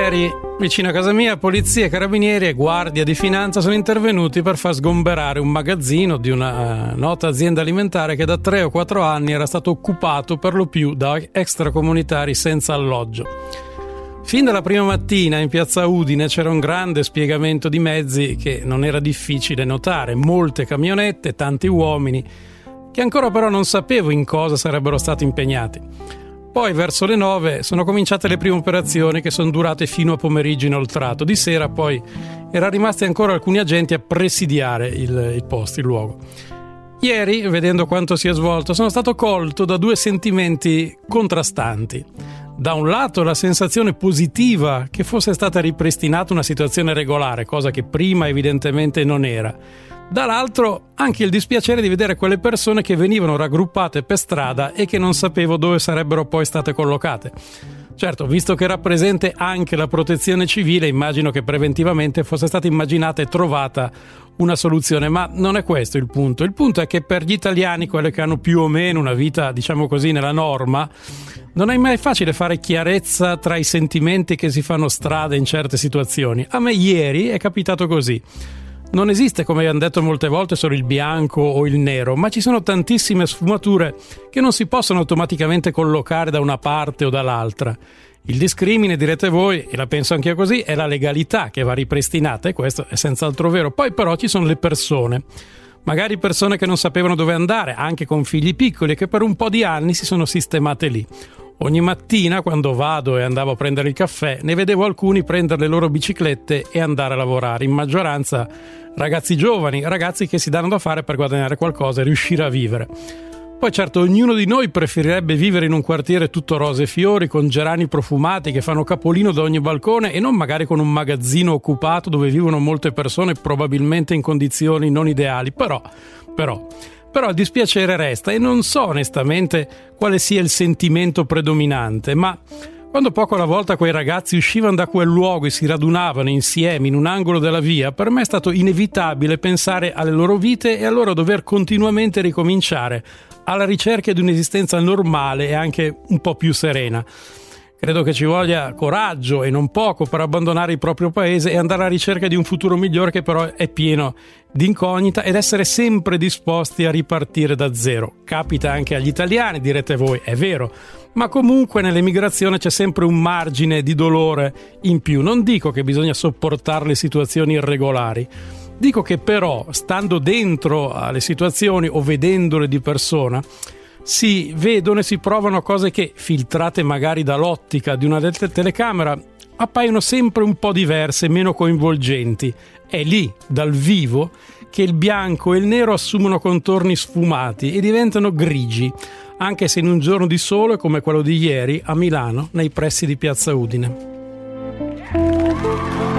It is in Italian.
Ieri, vicino a casa mia, polizia, carabinieri e guardia di finanza sono intervenuti per far sgomberare un magazzino di una nota azienda alimentare che da 3 o 4 anni era stato occupato per lo più da extracomunitari senza alloggio. Fin dalla prima mattina in piazza Udine c'era un grande spiegamento di mezzi che non era difficile notare, molte camionette, tanti uomini, che ancora però non sapevo in cosa sarebbero stati impegnati. Poi verso le 9 sono cominciate le prime operazioni che sono durate fino a pomeriggio inoltrato. Di sera poi erano rimasti ancora alcuni agenti a presidiare il posto, il luogo. Ieri, vedendo quanto si è svolto, sono stato colto da 2 sentimenti contrastanti. Da un lato la sensazione positiva che fosse stata ripristinata una situazione regolare, cosa che prima evidentemente non era. Dall'altro anche il dispiacere di vedere quelle persone che venivano raggruppate per strada e che non sapevo dove sarebbero poi state collocate. Certo, visto che era presente anche la protezione civile, immagino che preventivamente fosse stata immaginata e trovata una soluzione, ma non è questo il punto. Il punto è che per gli italiani, quelli che hanno più o meno una vita, diciamo così, nella norma, non è mai facile fare chiarezza tra i sentimenti che si fanno strada in certe situazioni. A me ieri è capitato così. Non esiste, come abbiamo detto molte volte, solo il bianco o il nero, ma ci sono tantissime sfumature che non si possono automaticamente collocare da una parte o dall'altra. Il discrimine, direte voi, e la penso anche io così, è la legalità che va ripristinata, e questo è senz'altro vero. Poi però ci sono le persone, magari persone che non sapevano dove andare, anche con figli piccoli, e che per un po' di anni si sono sistemate lì. Ogni mattina, quando vado e andavo a prendere il caffè, ne vedevo alcuni prendere le loro biciclette e andare a lavorare. In maggioranza ragazzi giovani, ragazzi che si danno da fare per guadagnare qualcosa e riuscire a vivere. Poi certo, ognuno di noi preferirebbe vivere in un quartiere tutto rose e fiori, con gerani profumati che fanno capolino da ogni balcone, e non magari con un magazzino occupato dove vivono molte persone probabilmente in condizioni non ideali. Però il dispiacere resta, e non so onestamente quale sia il sentimento predominante, ma quando poco alla volta quei ragazzi uscivano da quel luogo e si radunavano insieme in un angolo della via, per me è stato inevitabile pensare alle loro vite e a loro dover continuamente ricominciare alla ricerca di un'esistenza normale e anche un po' più serena. Credo che ci voglia coraggio, e non poco, per abbandonare il proprio paese e andare alla ricerca di un futuro migliore, che però è pieno di incognita, ed essere sempre disposti a ripartire da zero. Capita anche agli italiani, direte voi, è vero, ma comunque nell'emigrazione c'è sempre un margine di dolore in più. Non dico che bisogna sopportare le situazioni irregolari, dico che però, stando dentro alle situazioni o vedendole di persona, si vedono e si provano cose che, filtrate magari dall'ottica di una telecamera, appaiono sempre un po' diverse, meno coinvolgenti. È lì, dal vivo, che il bianco e il nero assumono contorni sfumati e diventano grigi, anche se in un giorno di sole come quello di ieri a Milano, nei pressi di piazza Udine.